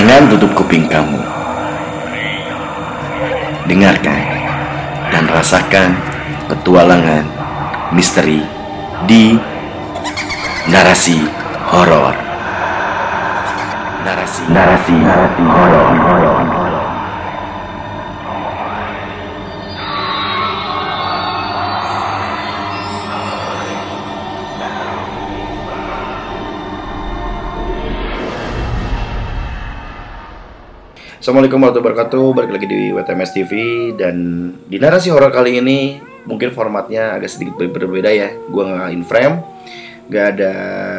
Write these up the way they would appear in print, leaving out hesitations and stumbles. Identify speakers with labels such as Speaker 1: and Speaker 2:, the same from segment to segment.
Speaker 1: Jangan tutup kuping kamu. Dengarkan dan rasakan petualangan misteri di narasi horor. Narasi horor. Assalamualaikum warahmatullahi wabarakatuh. Balik lagi di WTMS TV. Dan di narasi horor kali ini mungkin formatnya agak sedikit berbeda ya. Gue nggak in frame, nggak ada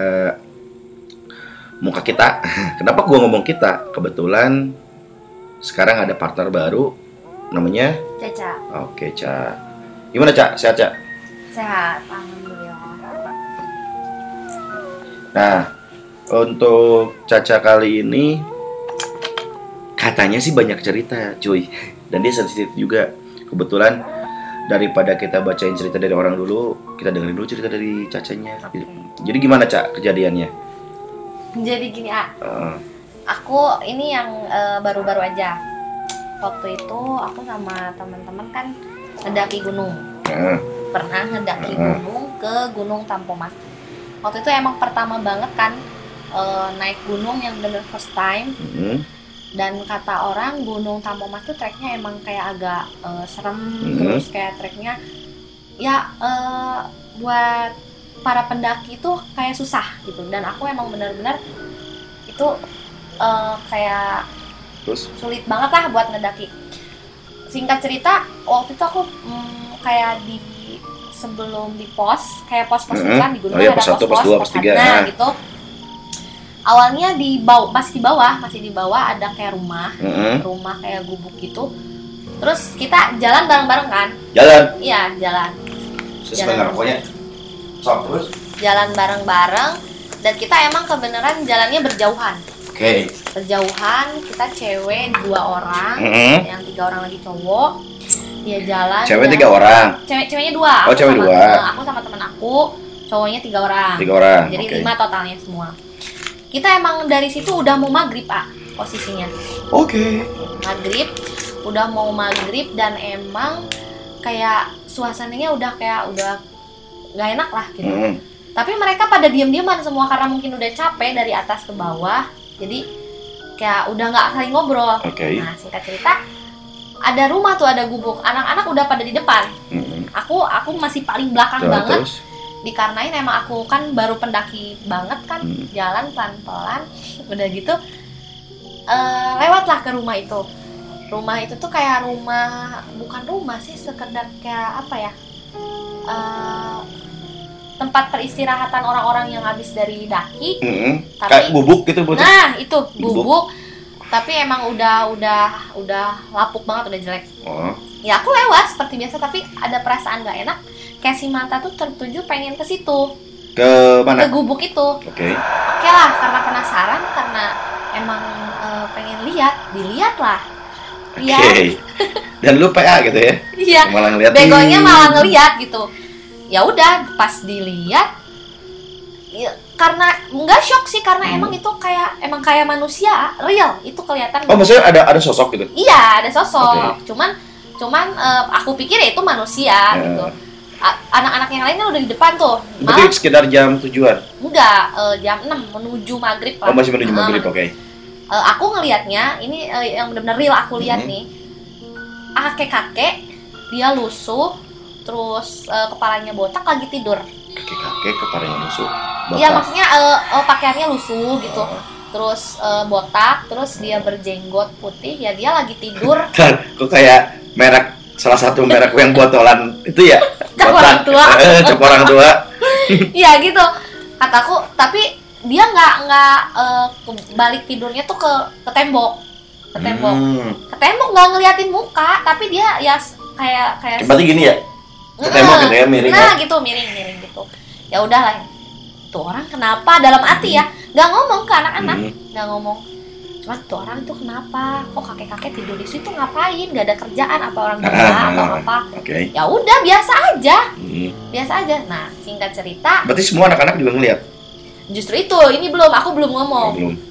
Speaker 1: muka kita. Kenapa gue ngomong kita? Kebetulan sekarang ada partner baru, namanya
Speaker 2: Caca.
Speaker 1: Oke, Ca. Gimana, Ca? Sehat, Ca?
Speaker 2: Sehat, alhamdulillah.
Speaker 1: Nah, untuk Caca kali ini katanya sih banyak cerita, cuy. Dan dia sensitif juga. Kebetulan daripada kita bacain cerita dari orang dulu, kita dengerin dulu cerita dari Cacanya.
Speaker 2: Okay.
Speaker 1: Jadi gimana, Cak, kejadiannya?
Speaker 2: Jadi gini, aku ini yang baru-baru aja. Waktu itu aku sama teman-teman kan ngedaki gunung. Pernah ngedaki gunung ke Gunung Tampomas. Waktu itu emang pertama banget kan naik gunung yang bener first time. Dan kata orang Gunung Tampomas tuh treknya emang kayak agak serem, terus kayak treknya ya buat para pendaki itu kayak susah gitu. Dan aku emang benar-benar itu kayak
Speaker 1: Terus?
Speaker 2: Sulit banget lah buat ngedaki. Singkat cerita, waktu itu aku kayak di sebelum di pos, kayak pos-pos kan di gunung ada
Speaker 1: pos 1, pos 2, pos 3.
Speaker 2: Nah, gitu. Awalnya masih di bawah ada kayak rumah kayak gubuk gitu. Terus kita jalan bareng-bareng kan?
Speaker 1: Jalan.
Speaker 2: Iya, jalan.
Speaker 1: Sesuai pokoknya. Sok terus.
Speaker 2: Jalan bareng-bareng dan kita emang kebenaran jalannya berjauhan.
Speaker 1: Oke.
Speaker 2: Berjauhan, kita cewek 2 orang, yang 3 orang lagi cowok. Dia jalan.
Speaker 1: Cewek 3 orang.
Speaker 2: Ceweknya 2.
Speaker 1: Oh, cewek 2.
Speaker 2: Aku sama temen aku, cowoknya 3 orang.
Speaker 1: 3 orang.
Speaker 2: Jadi 5 totalnya semua. Kita emang dari situ udah mau maghrib, posisinya.
Speaker 1: Oke.
Speaker 2: Maghrib, udah mau maghrib dan emang kayak suasananya udah gak enak lah gitu. Tapi mereka pada diam-diaman semua karena mungkin udah capek dari atas ke bawah. Jadi kayak udah nggak saling ngobrol. Nah, singkat cerita, ada rumah tuh, ada gubuk. Anak-anak udah pada di depan. Aku masih paling belakang banget.
Speaker 1: Terus?
Speaker 2: Dikarenain emang aku kan baru pendaki banget kan, jalan pelan-pelan. Udah gitu lewatlah ke rumah itu. Rumah itu tuh kayak bukan rumah sih, sekedar kayak apa ya, tempat peristirahatan orang-orang yang habis dari daki. Tapi
Speaker 1: kayak bubuk gitu, betul?
Speaker 2: Nah, itu bubuk. Tapi emang udah lapuk banget, udah jelek. Ya aku lewat seperti biasa, tapi ada perasaan gak enak. Kayak si mata tuh tertuju pengen ke situ.
Speaker 1: Ke mana?
Speaker 2: Ke gubuk itu.
Speaker 1: Oke
Speaker 2: lah, karena penasaran, karena emang pengen dilihat lah.
Speaker 1: Oke. Dan lu PA gitu ya?
Speaker 2: Iya.
Speaker 1: Malah ngeliat.
Speaker 2: Begonya malah ngeliat gitu. Ya udah, pas dilihat, ya, karena nggak shock sih, karena emang itu emang kayak manusia real, itu kelihatan.
Speaker 1: Oh, maksudnya ada sosok gitu?
Speaker 2: Iya, ada sosok. Cuman aku pikir ya itu manusia gitu. Anak-anak yang lain kan udah di depan tuh.
Speaker 1: Berarti sekitar jam 7-an?
Speaker 2: Enggak, jam 6 menuju maghrib lah.
Speaker 1: Oh, masih menuju maghrib, oke.
Speaker 2: Aku ngelihatnya, ini yang benar-benar real aku lihat nih. Kakek-kakek, dia lusuh, terus kepalanya botak, lagi tidur.
Speaker 1: Kakek-kakek kepalanya lusuh?
Speaker 2: Iya, maksudnya pakaiannya lusuh gitu. Terus botak, terus dia berjenggot putih, ya dia lagi tidur.
Speaker 1: Kok kayak salah satu merek yang botolan itu ya?
Speaker 2: Cap orang tua.
Speaker 1: Cap orang tua.
Speaker 2: Iya gitu, kataku. Tapi dia nggak balik tidurnya tuh ke tembok, ke tembok nggak ngeliatin muka, tapi dia ya kayak.
Speaker 1: Berarti gini ya? Ke tembok gitu ya, miring.
Speaker 2: Nah gitu, miring gitu. Ya udahlah, tuh orang kenapa dalam hati ya, nggak ngomong ke anak-anak, nggak ngomong. Cuma tuh orang tuh kenapa? Kok kakek-kakek tidur di situ ngapain? Gak ada kerjaan apa orang gila atau apa? Ya udah biasa aja. Nah, singkat cerita.
Speaker 1: Berarti semua anak-anak juga ngeliat?
Speaker 2: Justru itu, ini aku belum ngomong.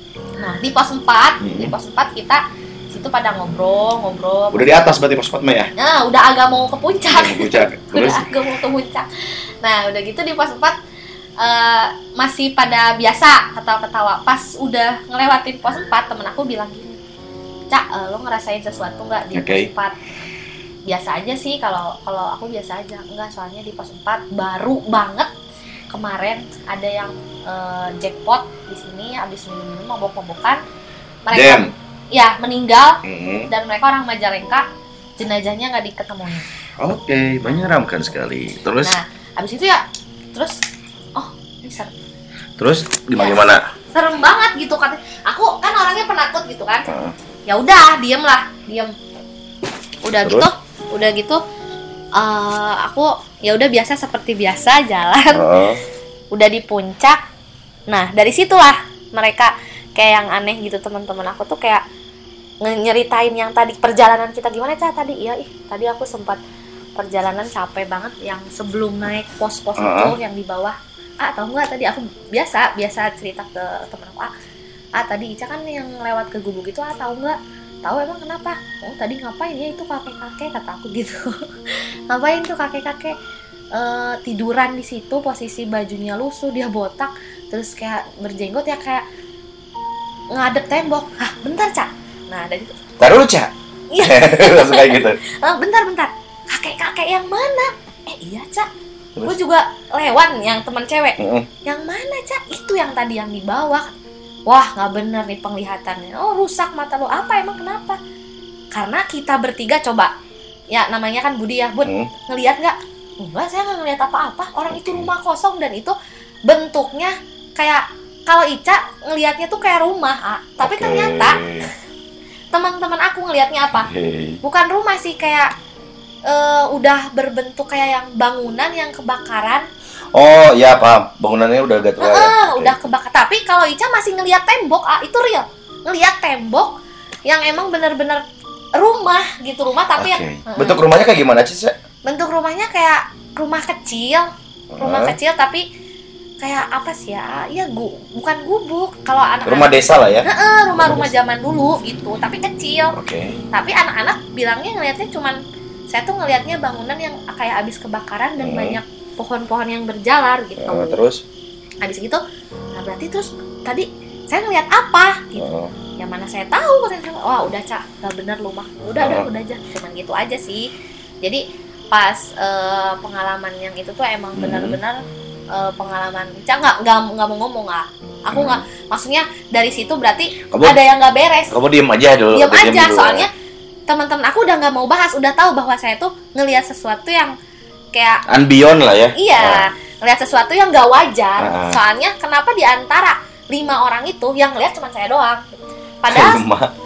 Speaker 2: Nah di pos 4 kita situ pada ngobrol.
Speaker 1: Udah di atas berarti pos 4 ya?
Speaker 2: Nah udah agak mau ke puncak.
Speaker 1: Terus?
Speaker 2: Udah agak mau ke puncak. Nah udah gitu di pos 4 masih pada biasa ketawa-ketawa. Pas udah ngelewatin pos 4 temen aku bilang gini, Cak, lo ngerasain sesuatu nggak di pos 4? Biasa aja sih, kalau aku biasa aja. Enggak, soalnya di pos 4 baru banget kemarin ada yang jackpot di sini, abis minum mabok-mabokan, mereka ya meninggal. Dan mereka orang Majalengka, jenazahnya nggak diketemuin.
Speaker 1: Oke, menyeramkan sekali. Terus?
Speaker 2: Nah, abis itu ya, terus ini serem.
Speaker 1: Terus gimana?
Speaker 2: Serem banget gitu kan. Aku kan orangnya penakut gitu kan. Ya udah, diem. Udah gitu, aku ya udah biasa seperti biasa jalan. Udah di puncak. Nah, dari situlah mereka kayak yang aneh gitu, teman-teman aku tuh kayak nyeritain yang tadi perjalanan kita gimana tadi. Iya, tadi aku sempat perjalanan capek banget yang sebelum naik pos-pos itu yang di bawah. Tahu nggak tadi aku biasa cerita ke temen aku, tadi Ica kan yang lewat ke gubuk itu, tahu nggak? Tahu, emang kenapa? Tadi ngapain ya itu kakek-kakek, kata aku gitu. Ngapain tuh kakek-kakek tiduran di situ, posisi bajunya lusuh, dia botak, terus kayak berjenggot ya kayak ngadep tembok. Bentar Cak. Nah dari itu.
Speaker 1: Taruh lu Cak.
Speaker 2: Iya.
Speaker 1: Langsung kayak gitu.
Speaker 2: Bentar. Kakek-kakek yang mana? Iya Cak. Gue juga lewat yang teman cewek. Yang mana Cak? Itu yang tadi yang di bawah. Wah nggak bener nih penglihatannya. Rusak mata lo. Apa emang kenapa? Karena kita bertiga coba. Ya namanya kan Budi ya Bun. Ngelihat nggak? Enggak, saya nggak ngelihat apa-apa. Orang itu rumah kosong dan itu bentuknya kayak, kalau Ica ngelihatnya tuh kayak rumah. Tapi ternyata teman-teman aku ngelihatnya apa? Bukan rumah sih, kayak udah berbentuk kayak yang bangunan yang kebakaran.
Speaker 1: Oh ya paham, bangunannya udah agak tua
Speaker 2: udah kebakar. Tapi kalau Ica masih ngelihat tembok, itu real. Ngelihat tembok yang emang bener-bener rumah gitu, rumah tapi yang
Speaker 1: bentuk rumahnya kayak gimana sih?
Speaker 2: Bentuk rumahnya kayak rumah kecil tapi kayak apa sih ya? Ya bukan gubuk. Kalau anak
Speaker 1: rumah desa lah ya.
Speaker 2: Rumah-rumah zaman dulu gitu, tapi kecil. Tapi anak-anak bilangnya ngelihatnya cuman, saya tuh ngelihatnya bangunan yang kayak abis kebakaran dan banyak pohon-pohon yang berjalar gitu.
Speaker 1: Terus?
Speaker 2: Habis gitu, nah berarti terus tadi saya ngelihat apa gitu. Ya mana saya tahu, wah udah Cak, gak bener lu mah. Udah aja, cuman gitu aja sih. Jadi pas pengalaman yang itu tuh emang benar-benar pengalaman Cak nggak mau ngomong aku nggak, maksudnya dari situ berarti ada yang nggak beres.
Speaker 1: Kamu diem aja dulu.
Speaker 2: Soalnya teman-teman aku udah nggak mau bahas, udah tahu bahwa saya tuh ngelihat sesuatu yang kayak
Speaker 1: unbeyond lah ya.
Speaker 2: Iya, ngelihat sesuatu yang nggak wajar. Soalnya kenapa di antara 5 orang itu yang ngelihat cuma saya doang, padahal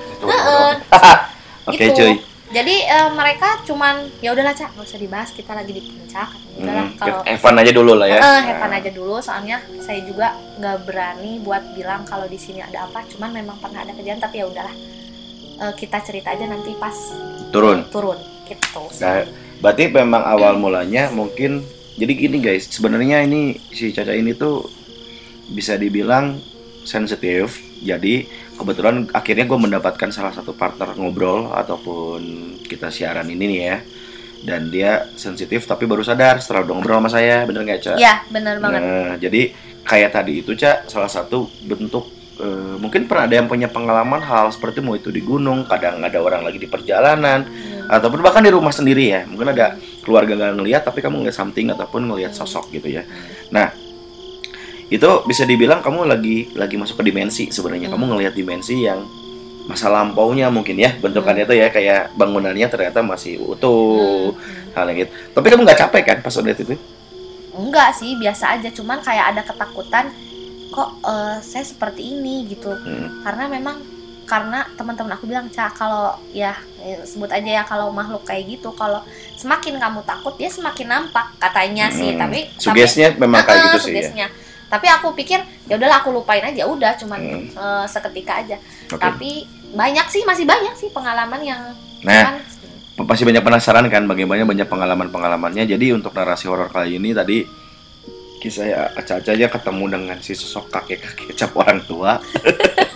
Speaker 1: Oke, cuy.
Speaker 2: Jadi mereka cuman ya udahlah Cak, nggak usah dibahas, kita lagi di puncak. Udahlah, kalau
Speaker 1: Evan aja dulu lah ya.
Speaker 2: Evan aja dulu, soalnya saya juga nggak berani buat bilang kalau di sini ada apa. Cuman memang pernah ada kejadian, tapi ya udahlah, kita cerita aja nanti pas turun gitu.
Speaker 1: Nah, berarti memang awal mulanya mungkin jadi gini guys. Sebenarnya ini si Caca ini tuh bisa dibilang sensitif. Jadi kebetulan akhirnya gue mendapatkan salah satu partner ngobrol ataupun kita siaran ini nih ya, dan dia sensitif tapi baru sadar setelah udah ngobrol sama saya, bener nggak Cak?
Speaker 2: Iya bener banget.
Speaker 1: Nah jadi kayak tadi itu Cak, salah satu bentuk mungkin pernah ada yang punya pengalaman hal seperti mau itu di gunung, kadang ada orang lagi di perjalanan ataupun bahkan di rumah sendiri ya, mungkin ada keluarga nggak ngelihat tapi kamu ngeliat something ataupun ngelihat sosok gitu ya. Nah itu bisa dibilang kamu lagi masuk ke dimensi sebenarnya. Kamu ngelihat dimensi yang masa lampaunya mungkin ya, bentukannya tuh ya kayak bangunannya ternyata masih utuh, hal yang gitu. Tapi kamu nggak capek kan pas udah itu?
Speaker 2: Enggak sih, biasa aja. Cuman kayak ada ketakutan, kok saya seperti ini gitu. Karena teman-teman aku bilang, Cak, kalau ya sebut aja ya, kalau makhluk kayak gitu, kalau semakin kamu takut dia semakin nampak katanya sih. Tapi
Speaker 1: sugesnya memang kayak gitu
Speaker 2: sugesnya. Sih ya. Tapi aku pikir ya udahlah aku lupain aja, udah cuman seketika aja. Tapi masih banyak sih pengalaman yang
Speaker 1: pasti banyak penasaran kan bagaimana banyak pengalamannya. Jadi untuk narasi horor kali ini tadi kisah Caca aja ketemu dengan si sosok kakek cap orang tua.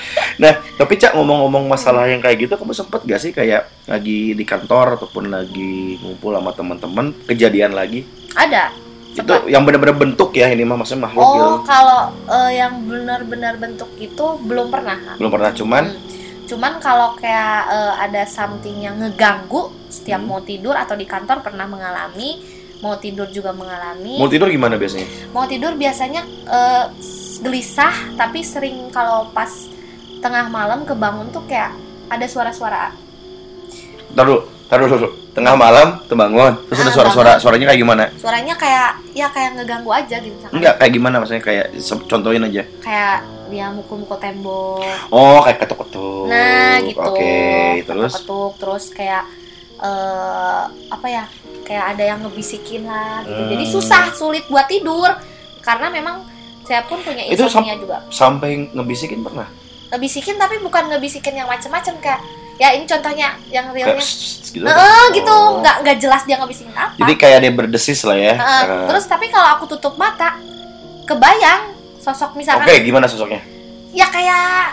Speaker 1: Nah, tapi Cak, ngomong-ngomong masalah yang kayak gitu, kamu sempet gak sih kayak lagi di kantor ataupun lagi ngumpul sama teman-teman kejadian lagi?
Speaker 2: Ada.
Speaker 1: Itu yang benar-benar bentuk ya, ini mah maksudnya makhluk gitu.
Speaker 2: Oh, kalau yang benar-benar bentuk itu belum pernah.
Speaker 1: Belum pernah,
Speaker 2: cuman kalau kayak ada something yang ngeganggu setiap mau tidur atau di kantor pernah mengalami, mau tidur juga mengalami.
Speaker 1: Mau tidur gimana biasanya?
Speaker 2: Mau tidur biasanya gelisah, tapi sering kalau pas tengah malam kebangun tuh kayak ada suara-suara.
Speaker 1: Taruh. Tengah malam terbangun, terus ada suaranya kayak gimana?
Speaker 2: Suaranya kayak ngeganggu aja gitu.
Speaker 1: Enggak, kayak gimana maksudnya, kayak contohin aja.
Speaker 2: Kayak dia mukul-mukul tembok.
Speaker 1: Oh, kayak ketuk-ketuk.
Speaker 2: Nah, gitu.
Speaker 1: Oke,
Speaker 2: ketuk-ketuk, terus kayak apa ya? Kayak ada yang ngebisikin lah gitu. Jadi sulit buat tidur karena memang saya pun punya insomnia juga.
Speaker 1: Sampai ngebisikin pernah?
Speaker 2: Ngebisikin, tapi bukan ngebisikin yang macam-macam kayak ya ini contohnya yang realnya
Speaker 1: gitu,
Speaker 2: gitu, nggak jelas dia ngebisikin apa.
Speaker 1: Jadi kayak dia berdesis lah ya.
Speaker 2: Terus tapi kalau aku tutup mata, kebayang sosok misalkan.
Speaker 1: Oke, gimana sosoknya?
Speaker 2: Ya kayak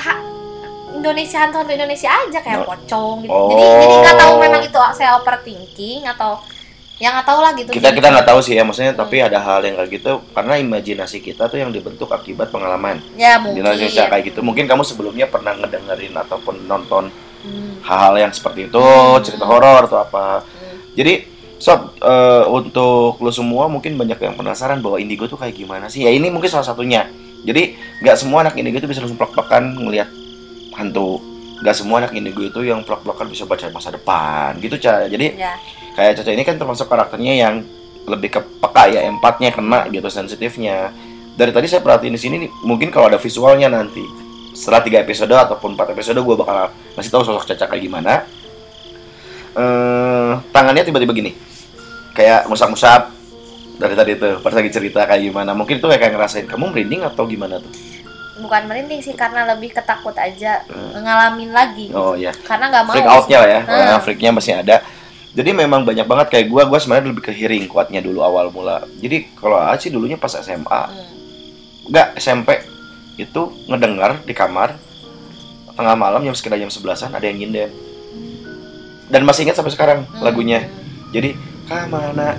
Speaker 2: hantu Indonesia aja kayak pocong gitu. Jadi nggak tahu memang itu saya overthinking atau ya nggak tahu lah gitu.
Speaker 1: Kita nggak tahu sih ya maksudnya, tapi ada hal yang kayak gitu karena imajinasi kita tuh yang dibentuk akibat pengalaman.
Speaker 2: Ya mungkin.
Speaker 1: Di Indonesia kayak gitu. Mungkin kamu sebelumnya pernah ngedengerin ataupun nonton hal-hal yang seperti itu, cerita horor atau apa. Jadi sob, untuk lo semua mungkin banyak yang penasaran bahwa indigo tuh kayak gimana sih. Ya ini mungkin salah satunya. Jadi nggak semua anak indigo itu bisa langsung plak-plakan ngelihat hantu. Nggak semua anak indigo itu yang plak-plakan bisa baca masa depan gitu, Ca. Jadi kayak Caca ini kan termasuk karakternya yang lebih ke peka ya, empatnya kena gitu, sensitifnya. Dari tadi saya perhatiin di sini nih, mungkin kalau ada visualnya nanti setelah 3 episode ataupun 4 episode gue bakal ngasih tahu sosok Caca kayak gimana. Tangannya tiba-tiba gini, kayak ngusap-ngusap dari tadi tuh, pas lagi cerita kayak gimana. Mungkin tuh kayak ngerasain kamu merinding atau gimana tuh?
Speaker 2: Bukan merinding sih, karena lebih ketakut aja ngalamin lagi.
Speaker 1: Oh iya.
Speaker 2: Karena nggak mau.
Speaker 1: Freak outnya lah ya, freaknya masih ada. Jadi memang banyak banget kayak gue sebenarnya lebih ke hearing kuatnya dulu awal mula. Jadi kalau sih dulunya pas SMA, enggak SMP itu ngedengar di kamar tengah malam sekitar jam 11-an ada yang nyinden. Dan masih ingat sampai sekarang lagunya. Jadi kamana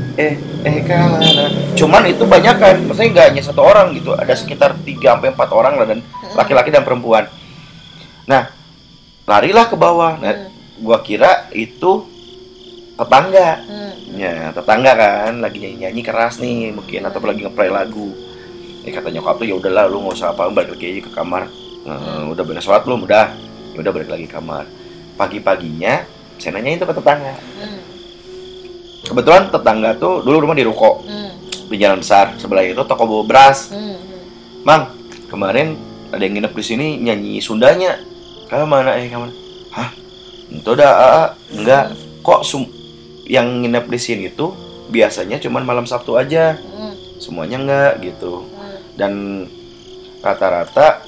Speaker 1: kamana. Cuman itu banyak kan, maksudnya nggak hanya satu orang gitu, ada sekitar 3-4 orang lah, dan laki-laki dan perempuan. Nah, larilah ke bawah. Nah, gua kira itu tetangga. Ya, tetangga kan lagi nyanyi keras nih mungkin, atau lagi ngeplay lagu. Kata nyokap tuh, ya udahlah lu nggak usah apa, balik lagi aja ke kamar. Udah beres sholat belum? Udah. Ya udah balik lagi ke kamar. Pagi-paginya saya nanya itu ke tetangga. Kebetulan tetangga tuh dulu rumah di ruko, di jalan besar. Sebelah itu toko bawa beras. Mang, kemarin ada yang nginep di sini nyanyi Sundanya. Kamu mana? Kamu? Hah? Itu udah enggak. Kok yang nginep di sini tuh biasanya cuman malam Sabtu aja. Semuanya enggak gitu. Dan rata-rata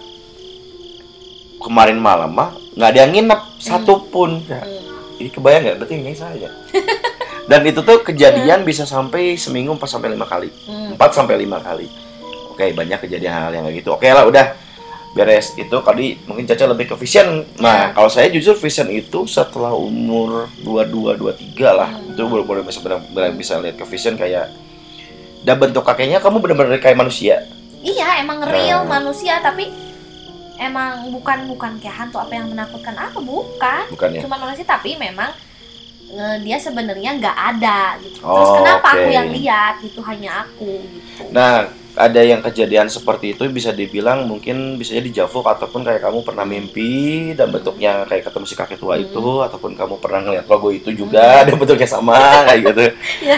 Speaker 1: kemarin malam mah nggak ada yang nginep satupun. Ini kebayang nggak? Berarti ini saya. Dan itu tuh kejadian bisa sampai seminggu 4-5 kali. 4-5 kali. Oke, banyak kejadian hal yang kayak gitu. Oke lah, udah beres. Itu kali mungkin Caca lebih ke vision. Nah, kalau saya jujur vision itu setelah umur 22-23 lah. Itu baru bisa lihat ke vision kayak dan bentuk kakeknya kamu benar-benar kayak manusia.
Speaker 2: Iya, emang real manusia, tapi emang bukan kayak hantu apa yang menakutkan apa, bukan ya? Cuma manusia, tapi memang dia sebenarnya nggak ada gitu. Terus kenapa aku yang lihat gitu, hanya aku gitu.
Speaker 1: Nah, ada yang kejadian seperti itu bisa dibilang mungkin bisa jadi javuk, ataupun kayak kamu pernah mimpi dan bentuknya kayak ketemu si kakek tua itu, ataupun kamu pernah ngeliat logo itu juga dan bentuknya sama kayak gitu.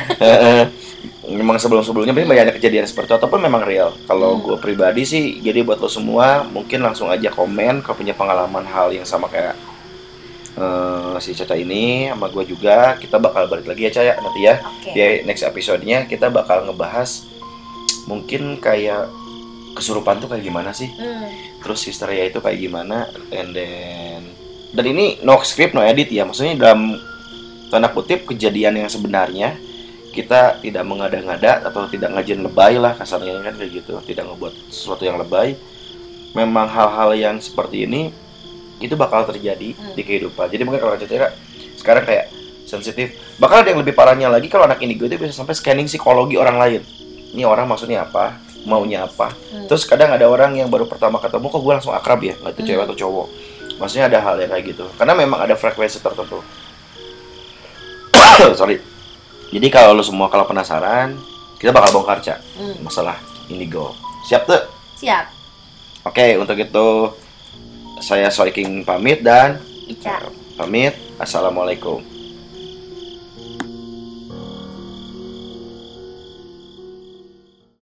Speaker 1: Memang sebelum-sebelumnya banyak kejadian seperti itu, ataupun memang real. Kalau gue pribadi sih, jadi buat lo semua mungkin langsung aja komen kalau punya pengalaman hal yang sama kayak si Caca ini sama gue juga. Kita bakal balik lagi ya, Caca, nanti ya. Di next episode-nya kita bakal ngebahas mungkin kayak kesurupan tuh kayak gimana sih, terus histeria itu kayak gimana, dan ini no script no edit ya, maksudnya dalam tanda kutip kejadian yang sebenarnya. Kita tidak mengada-ngada atau tidak ngajain lebay lah kasarnya kan kayak gitu, tidak ngebuat sesuatu yang lebay. memang hal-hal yang seperti ini itu bakal terjadi di kehidupan. Jadi mungkin kalau Caca sekarang kayak sensitif. Bakal ada yang lebih parahnya lagi kalau anak indigo itu bisa sampai scanning psikologi orang lain. Ini orang maksudnya apa? Maunya apa? Terus kadang ada orang yang baru pertama ketemu kok gue langsung akrab ya, nggak itu cewek atau cowok. Maksudnya ada hal yang kayak gitu. Karena memang ada frekuensi tertentu. Sorry. Jadi kalau lu semua kalau penasaran, kita bakal bongkar Cak masalah indigo. Siap tuh?
Speaker 2: Siap.
Speaker 1: Oke, untuk itu saya Soy King pamit dan
Speaker 2: Ica
Speaker 1: pamit. Assalamualaikum.